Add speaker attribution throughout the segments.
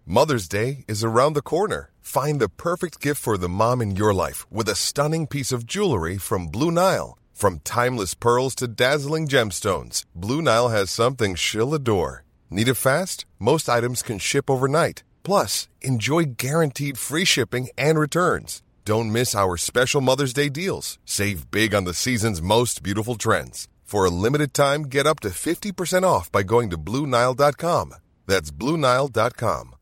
Speaker 1: Mother's Day is around the corner. Find the perfect gift for the mom in your life with a stunning piece of jewelry from Blue Nile. From timeless pearls to dazzling gemstones, Blue Nile has something she'll adore. Need it fast? Most items can ship overnight. Plus, enjoy guaranteed free shipping and returns. Don't miss our special Mother's Day deals. Save big on the season's most beautiful trends. For a limited time, get up to 50% off by going to BlueNile.com. That's BlueNile.com.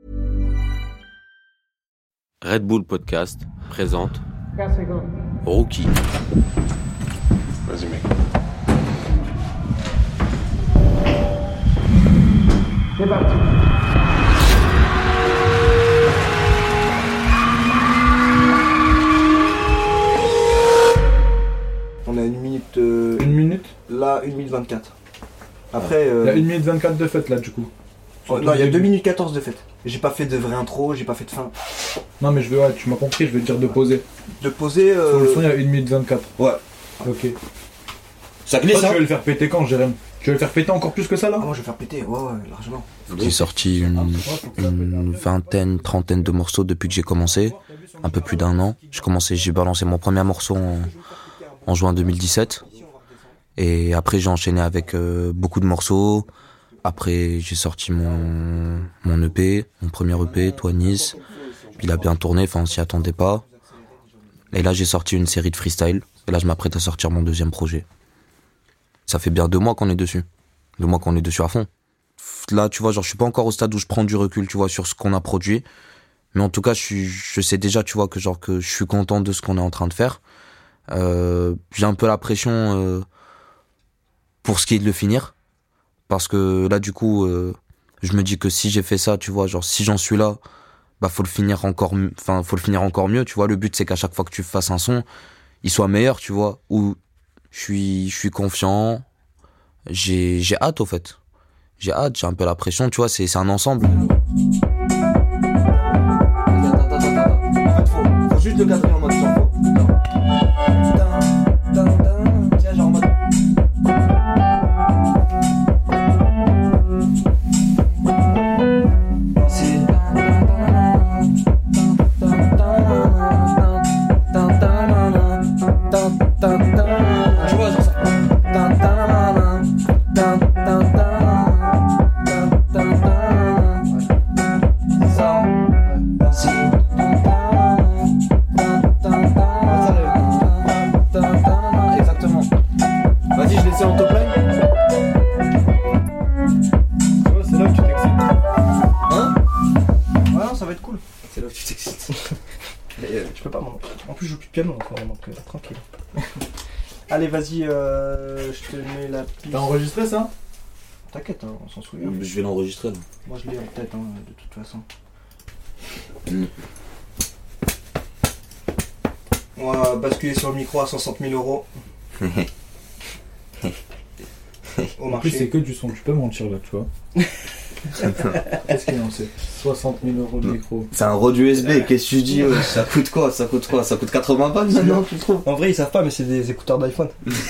Speaker 2: Red Bull Podcast présente Rookie.
Speaker 3: Vas-y mec.
Speaker 4: C'est parti.
Speaker 5: On a une minute.
Speaker 6: Une minute.
Speaker 5: Là, 1 minute 24. Après.
Speaker 6: Il y a 1 minute 24 de fête là du coup.
Speaker 5: Non, il y a 2 minutes 14 de fête. J'ai pas fait de vraie intro, j'ai pas fait de fin.
Speaker 6: Non, mais ouais, tu m'as compris, je veux te dire de poser.
Speaker 5: De poser.
Speaker 6: Sur le son, il y a 1 minute 24.
Speaker 5: Ouais.
Speaker 6: Ok.
Speaker 5: Ça glisse,
Speaker 6: Toi, tu veux le faire péter quand, Jérém? Tu veux le faire péter encore plus que ça là?
Speaker 5: Ah, moi je vais faire péter, ouais, largement.
Speaker 2: J'ai sorti une vingtaine, trentaine de morceaux depuis que j'ai commencé. Un peu plus d'1 an. J'ai balancé mon premier morceau en juin 2017. Et après, j'ai enchaîné avec beaucoup de morceaux. Après, j'ai sorti mon EP, mon premier EP, Toi Nice. Il a bien tourné, enfin, on s'y attendait pas. Et là, j'ai sorti une série de freestyle. Et là, je m'apprête à sortir mon deuxième projet. Ça fait bien 2 mois qu'on est dessus. 2 mois qu'on est dessus à fond. Là, tu vois, genre, je suis pas encore au stade où je prends du recul, tu vois, sur ce qu'on a produit. Mais en tout cas, je sais déjà, tu vois, que je suis content de ce qu'on est en train de faire. J'ai un peu la pression pour ce qui est de le finir. Parce que là, du coup, je me dis que si j'ai fait ça, tu vois, genre, si j'en suis là, bah, faut le finir encore mieux, tu vois. Le but, c'est qu'à chaque fois que tu fasses un son, il soit meilleur, tu vois. Ou je suis confiant. J'ai hâte, au fait. J'ai hâte, j'ai un peu la pression, tu vois, c'est un ensemble.
Speaker 5: En fait, faut juste le cadrer en mode tempo. Tiens, genre en mode. Tu vois, genre ça. Exactement. Vas-y, je laisse en top line.
Speaker 6: C'est là où tu t'excites.
Speaker 5: Hein? Ouais, non, ça va être cool. C'est là où tu t'excites. Mais je peux pas, moi. En plus, je joue plus de piano encore, donc tranquille. Allez, vas-y, je te mets la piste.
Speaker 6: T'as enregistré ça?
Speaker 5: T'inquiète, hein, on s'en souvient.
Speaker 2: Je vais l'enregistrer.
Speaker 5: Moi, je l'ai en tête, hein, de toute façon. On va basculer sur le micro à 160 000 euros. Au
Speaker 6: En plus, c'est
Speaker 5: marché.
Speaker 6: que du son, tu peux mentir là, tu vois. Qu'est-ce qu'il y a lancé? 60 000 euros de micro.
Speaker 2: C'est un Rode USB, qu'est-ce que tu dis? Ça coûte quoi? Ça coûte 80 balles
Speaker 5: Non, tu trouves. En vrai, ils savent pas, mais c'est des écouteurs d'iPhone.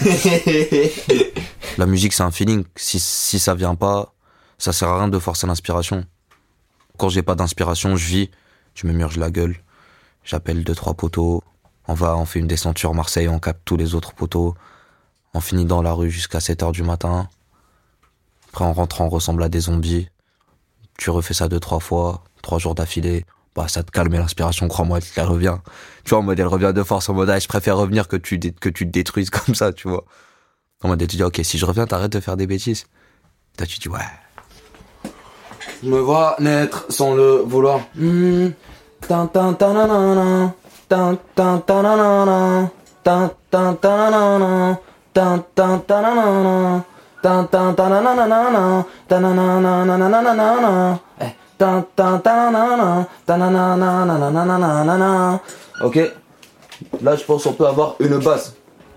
Speaker 2: La musique, c'est un feeling. Si ça vient pas, ça sert à rien de forcer l'inspiration. Quand j'ai pas d'inspiration, je vis, je me murge la gueule, j'appelle 2-3 poteaux, on fait une descente sur Marseille, on capte tous les autres poteaux, on finit dans la rue jusqu'à 7h du matin. Après, en rentrant, on ressemble à des zombies. Tu refais ça 2-3 fois, 3 jours d'affilée. Bah, ça te calme l'inspiration, crois-moi, elle revient. Tu vois, en mode, elle revient de force, en mode, je préfère revenir que tu te détruises comme ça, tu vois. En mode, tu te dis, ok, si je reviens, t'arrêtes de faire des bêtises. Toi, tu dis, ouais. Je me vois naître sans le vouloir. Tan tan tananana, tan tan tananana, tan tan tananana, tan tan tananana, tan tan tananana, tananana, tan tan tananana, tananana. Ok, là je pense qu'on peut avoir une base.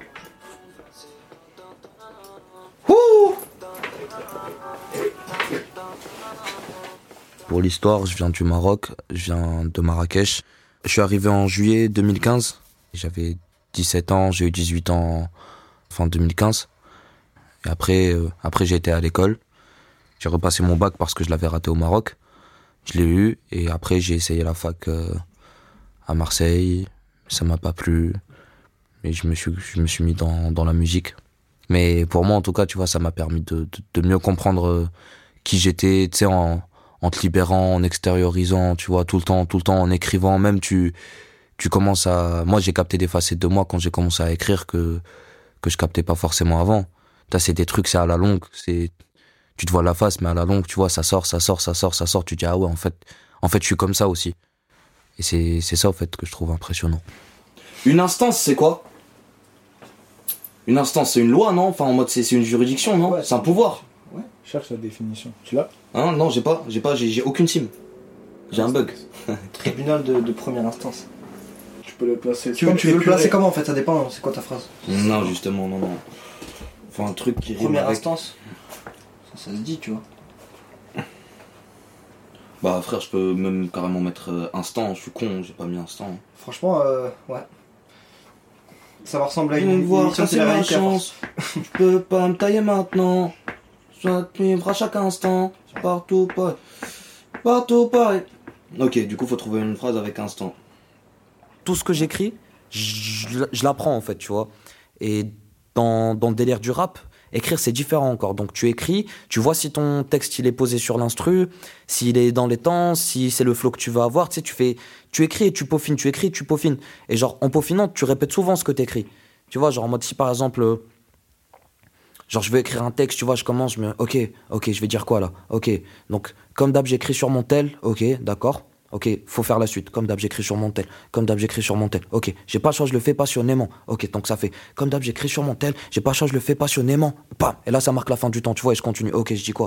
Speaker 2: Ouh. Pour l'histoire, je viens du Maroc, je viens de Marrakech. Je suis arrivé en juillet 2015. J'avais 17 ans, j'ai eu 18 ans fin 2015. Et après j'ai été à l'école. J'ai repassé mon bac parce que je l'avais raté au Maroc. Je l'ai eu et après j'ai essayé la fac à Marseille. Ça m'a pas plu et je me suis mis dans la musique. Mais pour moi en tout cas, tu vois, ça m'a permis de mieux comprendre qui j'étais, tu sais, en te libérant, en extériorisant, tu vois, tout le temps en écrivant. Même tu commences à... Moi j'ai capté des facettes de moi quand j'ai commencé à écrire que je captais pas forcément avant. C'est des trucs, c'est à la longue, tu te vois la face, mais à la longue, tu vois, ça sort, tu te dis, ah ouais, en fait, je suis comme ça aussi. Et c'est ça, en fait, que je trouve impressionnant. Une instance, c'est quoi ? Une instance, c'est une loi, non ? Enfin, en mode, c'est une juridiction, non ?
Speaker 6: Ouais,
Speaker 2: c'est un pouvoir.
Speaker 6: Ouais, cherche la définition. Tu l'as ?
Speaker 2: Hein ? Non, j'ai aucune sim. J'ai un bug.
Speaker 5: Tribunal de première instance.
Speaker 6: Tu peux le placer.
Speaker 5: Tu veux le placer comment, en fait ? Ça dépend, c'est quoi ta phrase ?
Speaker 2: Non, justement, non. Enfin, un truc qui rime
Speaker 5: Première
Speaker 2: avec...
Speaker 5: instance. Ça se dit, tu vois.
Speaker 2: Bah frère, je peux même carrément mettre instant, je suis con, j'ai pas mis instant.
Speaker 5: Franchement, ouais. Ça va ressembler à
Speaker 2: Viens
Speaker 5: une
Speaker 2: me voir,
Speaker 5: émission
Speaker 2: ça c'est ma
Speaker 5: télé-réalité,
Speaker 2: chance. Je peux pas me tailler maintenant. Je dois te vivre à chaque instant. C'est partout pareil. Partout pareil. Ok, du coup faut trouver une phrase avec instant. Tout ce que j'écris, je l'apprends en fait, tu vois. Et dans le délire du rap, écrire c'est différent encore. Donc tu écris, tu vois si ton texte il est posé sur l'instru, s'il est dans les temps, si c'est le flow que tu veux avoir. Tu sais, tu écris et tu peaufines, tu écris et tu peaufines. Et genre en peaufinant, tu répètes souvent ce que t'écris. Tu vois, genre en mode si par exemple, genre je veux écrire un texte, tu vois, je commence, ok, je vais dire quoi là ? Ok, donc comme d'hab j'écris sur mon tel, ok, d'accord. Ok, faut faire la suite. Comme d'hab, j'écris sur mon tel. Comme d'hab, j'écris sur mon tel. Ok, j'ai pas le choix, je le fais passionnément. Ok, donc ça fait. Comme d'hab, j'écris sur mon tel. J'ai pas le choix, je le fais passionnément. Pam. Et là, ça marque la fin du temps, tu vois, et je continue. Ok, je dis quoi ?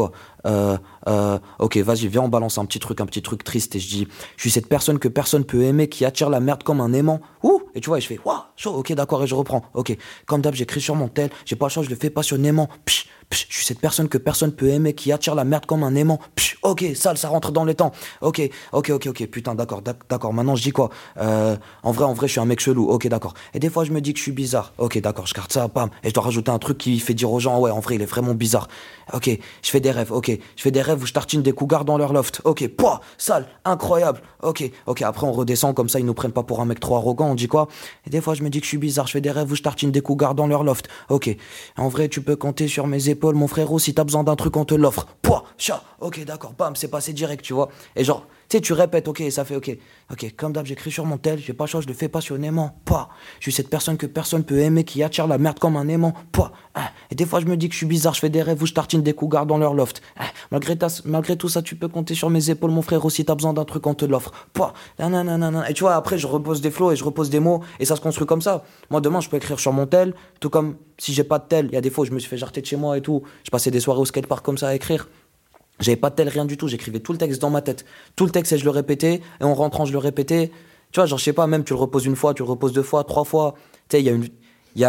Speaker 2: Ok, vas-y, viens, on balance un petit truc triste. Et je dis, je suis cette personne que personne peut aimer, qui attire la merde comme un aimant. Ouh ! Et tu vois, et je fais, waouh, chaud. Ok, d'accord, et je reprends. Ok, comme d'hab, j'écris sur mon tel. J'ai pas le choix, je le fais passionnément. Psh, je suis cette personne que personne peut aimer, qui attire la merde comme un aimant. Psh, ok, ça rentre dans les temps. Ok, putain, d'accord, maintenant je dis quoi ? En vrai, je suis un mec chelou, ok, d'accord. Et des fois, je me dis que je suis bizarre. Ok, d'accord, je garde ça, pam. Et je dois rajouter un truc qui fait dire aux gens, ouais, en vrai, il est vraiment bizarre. Ok, je fais des rêves, où je tartine des cougars dans leur loft. Ok, pouah, sale, incroyable. Ok, après on redescend, comme ça, ils nous prennent pas pour un mec trop arrogant, on dit quoi ? Et des fois, je me dis que je suis bizarre, je fais des rêves où je tartine des cougars dans leur loft. Ok, en vrai, tu peux compter sur mes épaules, mon frérot, si t'as besoin d'un truc, on te l'offre. Pouah, chat, ok, d'accord, bam, c'est passé direct, tu vois. Et genre, tu sais, tu répètes, ok, ça fait ok, comme d'hab, j'écris sur mon tel, j'ai pas le choix, je le fais passionnément, pas. Je suis cette personne que personne peut aimer, qui attire la merde comme un aimant, pas. Et des fois, je me dis que je suis bizarre, je fais des rêves où je tartine des cougars dans leur loft. Malgré tout ça, tu peux compter sur mes épaules, mon frère, si t'as besoin d'un truc, on te l'offre, pas. Et tu vois, après, je repose des flots et je repose des mots, et ça se construit comme ça. Moi, demain, je peux écrire sur mon tel, tout comme si j'ai pas de tel. Il y a des fois où je me suis fait jarter de chez moi et tout. Je passais des soirées au skatepark comme ça à écrire. J'avais pas de tel, rien du tout, j'écrivais tout le texte dans ma tête. Tout le texte, et je le répétais, et en rentrant, je le répétais. Tu vois, genre, je sais pas, même tu le reposes une fois, tu le reposes deux fois, trois fois. Tu sais, il y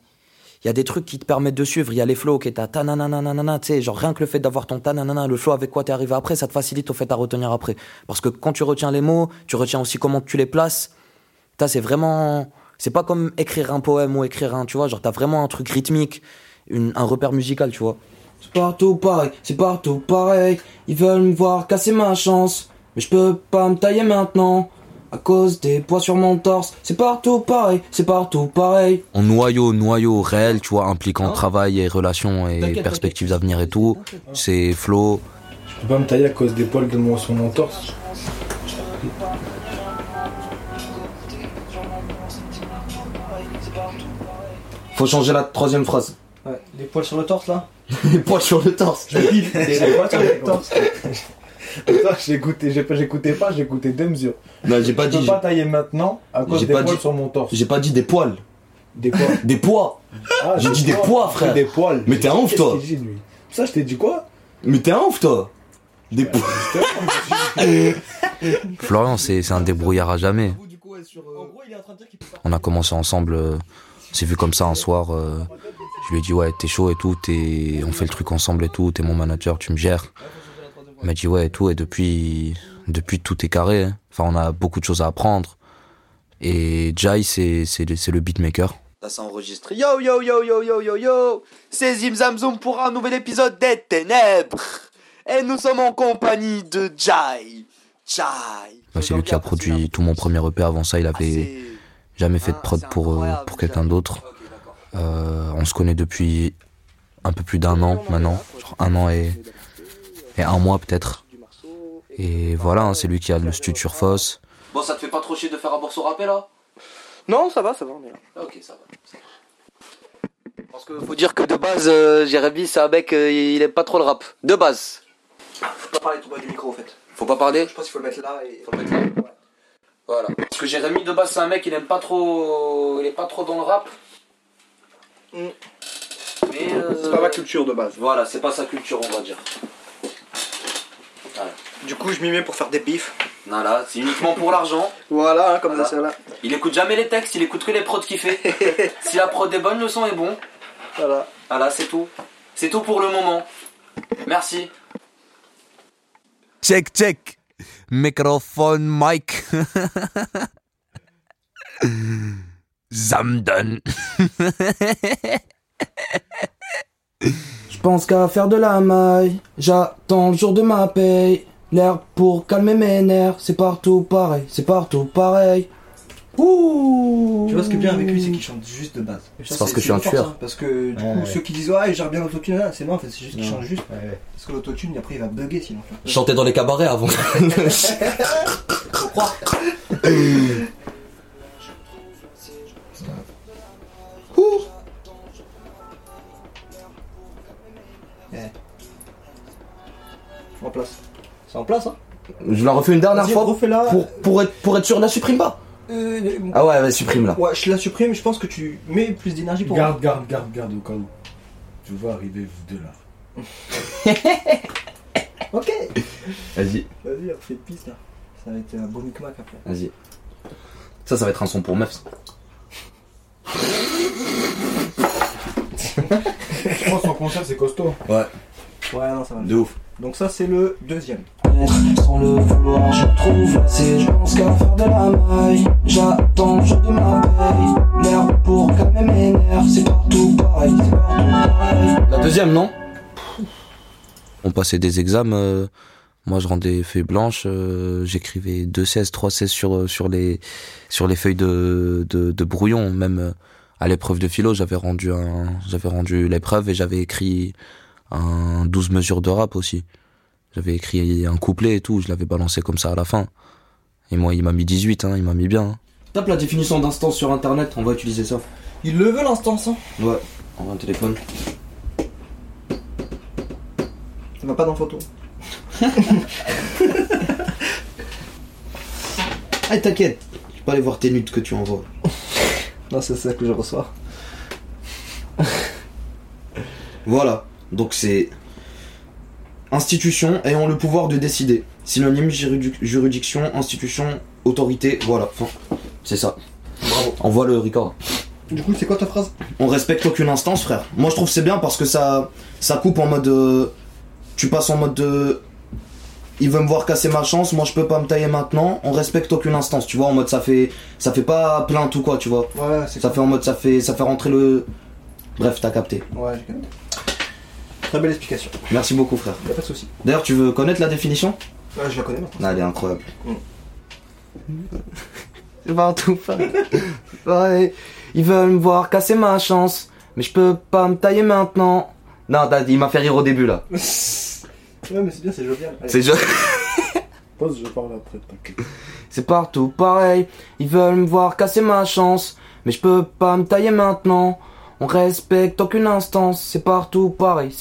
Speaker 2: a des trucs qui te permettent de suivre. Il y a les flows, ok, t'as ta-na-na-na-na-na, tu sais, genre, rien que le fait d'avoir ton ta-na-na-na, le flow avec quoi t'es arrivé après, ça te facilite au fait à retenir après. Parce que quand tu retiens les mots, tu retiens aussi comment tu les places. C'est vraiment. C'est pas comme écrire un poème ou écrire tu vois, genre, t'as vraiment un truc rythmique, un repère musical, tu vois. C'est partout pareil, ils veulent me voir casser ma chance, mais je peux pas me tailler maintenant, à cause des poids sur mon torse, c'est partout pareil. En noyau réel, tu vois, impliquant travail et relations et perspectives d'avenir et tout, c'est flow.
Speaker 6: Je peux pas me tailler à cause des poils sur mon torse.
Speaker 2: Faut changer la troisième phrase.
Speaker 5: Ouais, les poils sur le torse là.
Speaker 2: Les poils sur le torse.
Speaker 5: Les poils sur le torse.
Speaker 6: Attends, j'écoutais pas, j'écoutais deux mesures.
Speaker 2: Non, j'ai pas dit.
Speaker 6: Je peux pas tailler maintenant à cause des poils sur mon torse.
Speaker 2: J'ai pas dit des poils.
Speaker 6: Des quoi ?
Speaker 2: Des poids. J'ai dit des poids, frère.
Speaker 6: Des poils.
Speaker 2: Mais t'es un ouf, toi.
Speaker 6: Ça, je t'ai dit quoi ?
Speaker 2: Mais t'es un ouf, toi. Des poils. Florian, c'est un débrouillard à jamais. On a commencé ensemble. C'est vu comme ça un soir. Je lui ai dit ouais, t'es chaud et tout, on fait le truc ensemble et tout, t'es mon manager, tu me gères. Il m'a dit ouais et tout, et depuis tout est carré. Hein. Enfin, on a beaucoup de choses à apprendre. Et Jai, c'est le beatmaker.
Speaker 4: Là, ça enregistre. Yo, c'est Zim Zam Zoom pour un nouvel épisode des Ténèbres. Et nous sommes en compagnie de Jai.
Speaker 2: Bah, c'est lui qui a produit tout mon premier EP. Avant ça, il avait jamais fait de prod pour quelqu'un d'autre. On se connaît depuis un peu plus d'1 an maintenant, genre 1 an et 1 mois peut-être. Et voilà, hein, c'est lui qui a le studio sur Fosse.
Speaker 4: Bon, ça te fait pas trop chier de faire un morceau rappel là?
Speaker 5: Non, ça va, on est là.
Speaker 4: Ok, ça va. Parce que faut dire que de base, Jérémy, c'est un mec, il aime pas trop le rap. De base.
Speaker 5: Faut pas parler tout bas du micro en fait.
Speaker 4: Faut pas parler?
Speaker 5: Je pense qu'il faut le mettre là et.
Speaker 4: Faut le mettre là. Ouais. Voilà. Parce que Jérémy, de base, c'est un mec, il est pas trop dans le rap. Mais
Speaker 5: c'est pas ma culture de base.
Speaker 4: Voilà, c'est pas sa culture, on va dire. Voilà.
Speaker 5: Du coup, je m'y mets pour faire des bifs.
Speaker 4: Voilà, c'est uniquement pour l'argent.
Speaker 5: Voilà, hein, comme
Speaker 4: Voilà.
Speaker 5: ça, c'est là.
Speaker 4: Il écoute jamais les textes, il écoute que les prods qu'il fait. Si la prod est bonne, le son est bon.
Speaker 5: Voilà.
Speaker 4: Voilà, c'est tout. C'est tout pour le moment. Merci.
Speaker 2: Check. Microphone, mic. Zamdan.
Speaker 7: Je pense qu'à faire de la maille, j'attends le jour de ma paye. L'herbe pour calmer mes nerfs, c'est partout pareil. Ouh.
Speaker 5: Tu vois ce qui est bien avec lui, c'est qu'il chante juste de base.
Speaker 2: C'est parce que je suis un tueur.
Speaker 5: Parce que du coup, ceux qui disent il gère bien l'autotune, là, c'est non, en fait, c'est juste qu'il chante juste. Parce que l'autotune, après, il va bugger sinon.
Speaker 4: Je chantais dans les cabarets avant.
Speaker 5: Faut croire. En place. C'est en place, hein.
Speaker 7: Je la refais une dernière
Speaker 5: Vas-y,
Speaker 7: fois
Speaker 5: refais-la.
Speaker 7: pour être sûr, la supprime pas. Ah ouais, supprime là.
Speaker 5: Ouais, je la supprime, je pense que tu mets plus d'énergie pour
Speaker 6: Garde au cas où. Je vois arriver vous deux là.
Speaker 5: Ok.
Speaker 7: Vas-y,
Speaker 5: Vas-y, refais de piste là. Ça va être un beau micmac après.
Speaker 7: vas-y. Ça va être un son pour meuf. Ça.
Speaker 6: Je pense qu'en concert c'est costaud.
Speaker 7: Ouais,
Speaker 5: Ouais, non, ça va.
Speaker 7: de ouf.
Speaker 5: Donc ça, c'est le deuxième.
Speaker 7: Sans le vouloir, je trouve c'est je pense qu'à faire de la maille. J'attends le jour de ma paye. L'herbe pour calmer mes nerfs, c'est partout pareil. La deuxième, non?
Speaker 2: On passait des examens. Moi, je rendais feuilles blanches. J'écrivais 2 16, 3 16 sur les feuilles de brouillon. Même à l'épreuve de philo, j'avais rendu l'épreuve et j'avais écrit un 12 mesures de rap aussi. J'avais écrit un couplet et tout. Je l'avais balancé comme ça à la fin. Et moi, il m'a mis 18. Il m'a mis bien. Hein.
Speaker 7: Tape la définition d'instance sur internet, on va utiliser ça.
Speaker 5: Il le veut l'instance, hein.
Speaker 7: Ouais, on va un téléphone.
Speaker 5: Ça va pas dans photo.
Speaker 7: Allez, t'inquiète, je peux aller voir tes nudes que tu envoies.
Speaker 5: Non, c'est ça que je reçois.
Speaker 7: Voilà, donc c'est institution ayant le pouvoir de décider. Synonyme juridiction, institution, autorité, voilà. Enfin, c'est ça. Bravo. Envoie le record.
Speaker 5: Du coup, c'est quoi ta phrase?
Speaker 7: On respecte aucune instance, frère. Moi, je trouve que c'est bien parce que ça coupe en mode. Tu passes en mode. Il veut me voir casser ma chance, moi je peux pas me tailler maintenant. On respecte aucune instance, tu vois, en mode ça fait pas plainte ou quoi, tu vois.
Speaker 5: Ouais, c'est
Speaker 7: ça fait en mode ça fait rentrer le. Bref, t'as capté.
Speaker 5: Ouais, j'ai capté. Très belle explication.
Speaker 7: Merci beaucoup, frère.
Speaker 5: Y'a pas de soucis.
Speaker 7: D'ailleurs, tu veux connaître la définition?
Speaker 5: Ouais, je la connais maintenant.
Speaker 7: Ah, elle est incroyable. C'est partout pareil. Ils veulent me voir casser ma chance, mais je peux pas me tailler maintenant. Non, il m'a fait rire au début là.
Speaker 5: Ouais, mais c'est bien, c'est jovial. Allez.
Speaker 7: C'est
Speaker 6: Pose, je parle après, t'inquiète.
Speaker 7: C'est partout pareil. Ils veulent me voir casser ma chance, mais je peux pas me tailler maintenant. On respecte aucune instance. C'est partout pareil.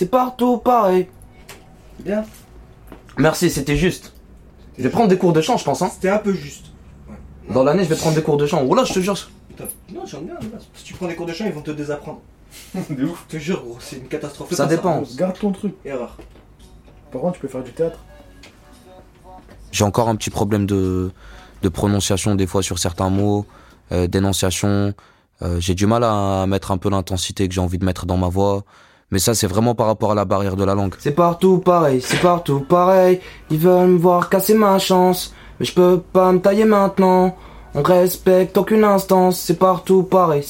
Speaker 5: Bien.
Speaker 7: Merci, c'était juste. Je vais prendre des cours de chant, je pense. Hein.
Speaker 5: C'était un peu juste. Ouais.
Speaker 7: Dans l'année, je vais prendre des cours de chant. Oula, je te jure.
Speaker 5: Non, j'en ai bien. Si tu prends des cours de chant, ils vont te désapprendre.
Speaker 6: De ouf.
Speaker 5: Je te jure, gros, c'est une catastrophe.
Speaker 7: Ça dépend.
Speaker 6: Garde ton truc.
Speaker 5: Erreur.
Speaker 6: Par contre, tu peux faire du théâtre.
Speaker 2: J'ai encore un petit problème de prononciation des fois sur certains mots, d'énonciation. J'ai du mal à mettre un peu l'intensité que j'ai envie de mettre dans ma voix. Mais ça, c'est vraiment par rapport à la barrière de la langue.
Speaker 7: C'est partout pareil. Ils veulent me voir casser ma chance, mais je peux pas me tailler maintenant. On respecte aucune instance. C'est partout pareil.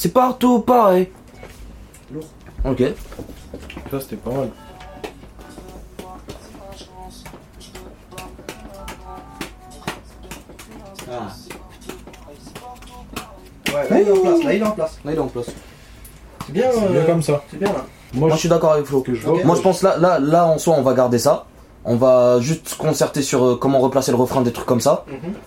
Speaker 6: Lourd.
Speaker 7: Ok.
Speaker 6: Ça, c'était pas mal.
Speaker 5: Ouais, là il est en place,
Speaker 7: Là il est en place.
Speaker 5: C'est bien,
Speaker 6: comme ça.
Speaker 5: C'est bien là.
Speaker 7: Moi je suis d'accord avec Flo. Moi je pense là en soi on va garder ça. On va juste se concerter sur comment replacer le refrain, des trucs comme ça.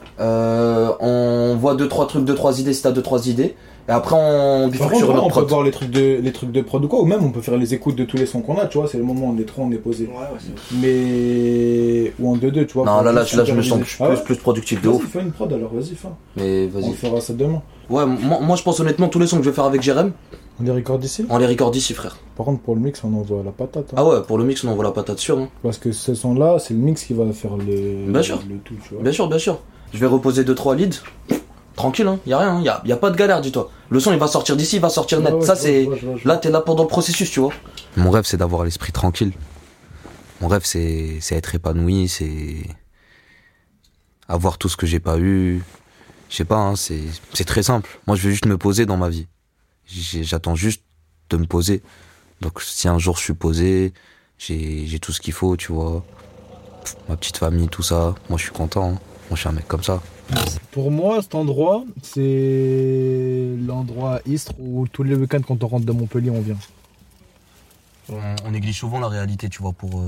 Speaker 7: On voit 2-3 idées si t'as 2-3 idées. Et après on bifurque sur notre prod.
Speaker 6: On peut voir les trucs de prod ou quoi, ou même on peut faire les écoutes de tous les sons qu'on a, tu vois, c'est le moment où on est trop, on est posé. Mais ou en 2-2, tu vois.
Speaker 7: Non là je me sens plus productif de ouf.
Speaker 6: Vas-y, fais une prod alors, vas-y, fin.
Speaker 7: Mais vas-y.
Speaker 6: On fera ça demain.
Speaker 7: Ouais, moi je pense honnêtement tous les sons que je vais faire avec Jérém.
Speaker 6: On les recorde ici ?
Speaker 7: On les recorde ici, frère.
Speaker 6: Par contre, pour le mix, on envoie la patate. Hein.
Speaker 7: Ah ouais, pour le mix, on envoie la patate sûre. Hein.
Speaker 6: Parce que ce son-là, c'est le mix qui va faire
Speaker 7: Bien sûr.
Speaker 6: le tout, tu vois.
Speaker 7: Bien sûr. Je vais reposer 2-3 leads. Tranquille, hein. Y a rien, hein. Y a pas de galère, dis-toi. Le son, il va sortir d'ici, il va sortir net. Ça, c'est. Là, t'es là pendant le processus, tu vois. Mon rêve, c'est d'avoir l'esprit tranquille. Mon rêve, c'est être épanoui, c'est. Avoir tout ce que j'ai pas eu. Je sais pas, hein, c'est très simple. Moi, je veux juste me poser dans ma vie. J'attends juste de me poser. Donc si un jour je suis posé, j'ai tout ce qu'il faut, tu vois. Ma petite famille, tout ça. Moi je suis content. Hein. Moi je suis un mec comme ça.
Speaker 8: Pour moi, cet endroit, c'est l'endroit Istres où tous les week-ends quand on rentre de Montpellier, on vient.
Speaker 7: On néglige souvent la réalité, tu vois, pour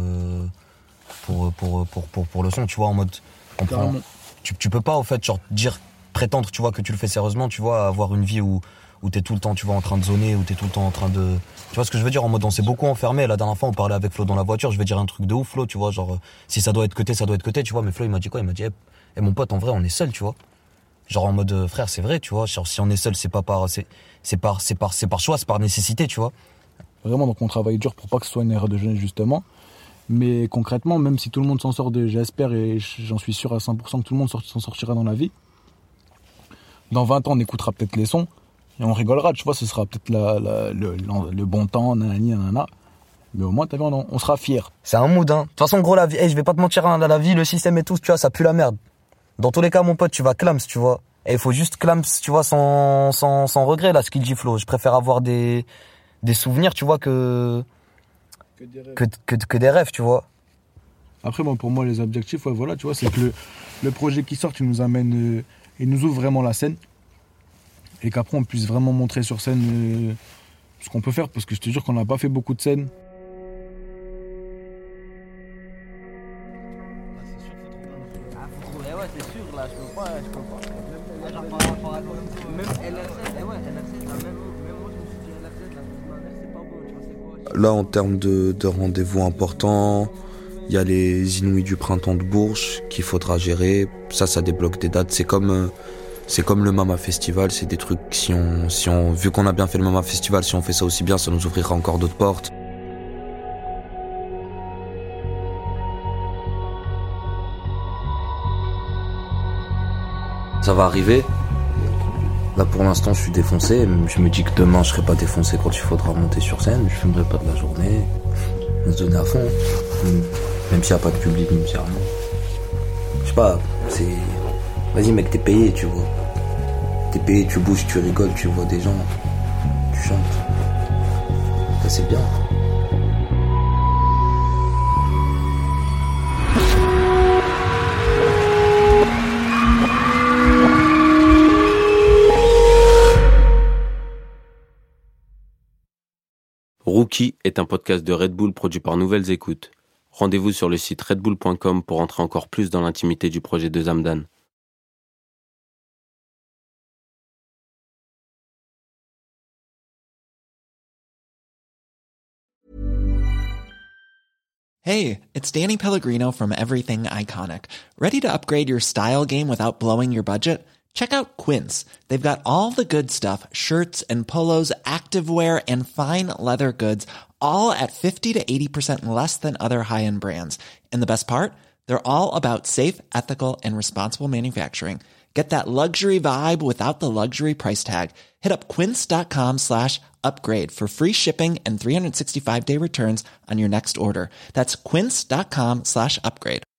Speaker 7: le son, tu vois, en mode. Tu peux pas, en fait, genre, prétendre, tu vois, que tu le fais sérieusement, tu vois, avoir une vie où t'es tout le temps, tu vois, en train de zoner, où t'es tout le temps en train de... Tu vois ce que je veux dire, en mode on s'est beaucoup enfermé. La dernière fois on parlait avec Flo dans la voiture, je vais dire un truc de ouf, Flo, tu vois, genre si ça doit être cuté, ça doit être cuté, tu vois. Mais Flo il m'a dit quoi? Il m'a dit mon pote, en vrai on est seul, tu vois. Genre en mode frère, c'est vrai, tu vois. Genre si on est seul, c'est par choix, c'est par nécessité, tu vois.
Speaker 8: Vraiment, donc on travaille dur pour pas que ce soit une erreur de jeunesse justement. Mais concrètement, même si tout le monde s'en sort, j'espère et j'en suis sûr à 100% que tout le monde s'en sortira dans la vie. Dans 20 ans, on écoutera peut-être les sons. Et on rigolera, tu vois, ce sera peut-être le bon temps, nanana. Mais au moins, t'as vu, on sera fiers. C'est un mood, hein. De toute façon, gros, la vie, je vais pas te mentir, hein, la vie, le système et tout, tu vois, ça pue la merde. Dans tous les cas, mon pote, tu vas clams, tu vois. Et il faut juste clams, tu vois, sans regret, là, ce qu'il dit Flo. Je préfère avoir des souvenirs, tu vois, que des rêves, tu vois. Après, bon, pour moi, les objectifs, ouais, voilà, tu vois, c'est que le projet qui sort, il nous amène, il nous ouvre vraiment la scène. Et qu'après on puisse vraiment montrer sur scène ce qu'on peut faire, parce que je te jure qu'on n'a pas fait beaucoup de scènes.
Speaker 2: Là en termes de rendez-vous importants, il y a les Inouïs du printemps de Bourges qu'il faudra gérer. Ça débloque des dates. C'est comme le Mama Festival, c'est des trucs, vu qu'on a bien fait le Mama Festival, si on fait ça aussi bien, ça nous ouvrira encore d'autres portes. Ça va arriver. Là pour l'instant je suis défoncé, je me dis que demain je serai pas défoncé quand il faudra monter sur scène, je fumerai pas de la journée, on se donner à fond. Même s'il n'y a pas de public, même s'il n'y a rien. Je sais pas, c'est... Vas-y mec, t'es payé, tu vois. T'es payé, tu bouges, tu rigoles, tu vois des gens, tu chantes. Ça c'est bien.
Speaker 9: Rookie est un podcast de Red Bull produit par Nouvelles Écoutes. Rendez-vous sur le site redbull.com pour entrer encore plus dans l'intimité du projet de Zamdan.
Speaker 10: Hey, it's Danny Pellegrino from Everything Iconic. Ready to upgrade your style game without blowing your budget? Check out Quince. They've got all the good stuff, shirts and polos, activewear, and fine leather goods, all at 50 to 80% less than other high-end brands. And the best part? They're all about safe, ethical, and responsible manufacturing. Get that luxury vibe without the luxury price tag. Hit up quince.com/upgrade for free shipping and 365-day returns on your next order. That's quince.com/upgrade.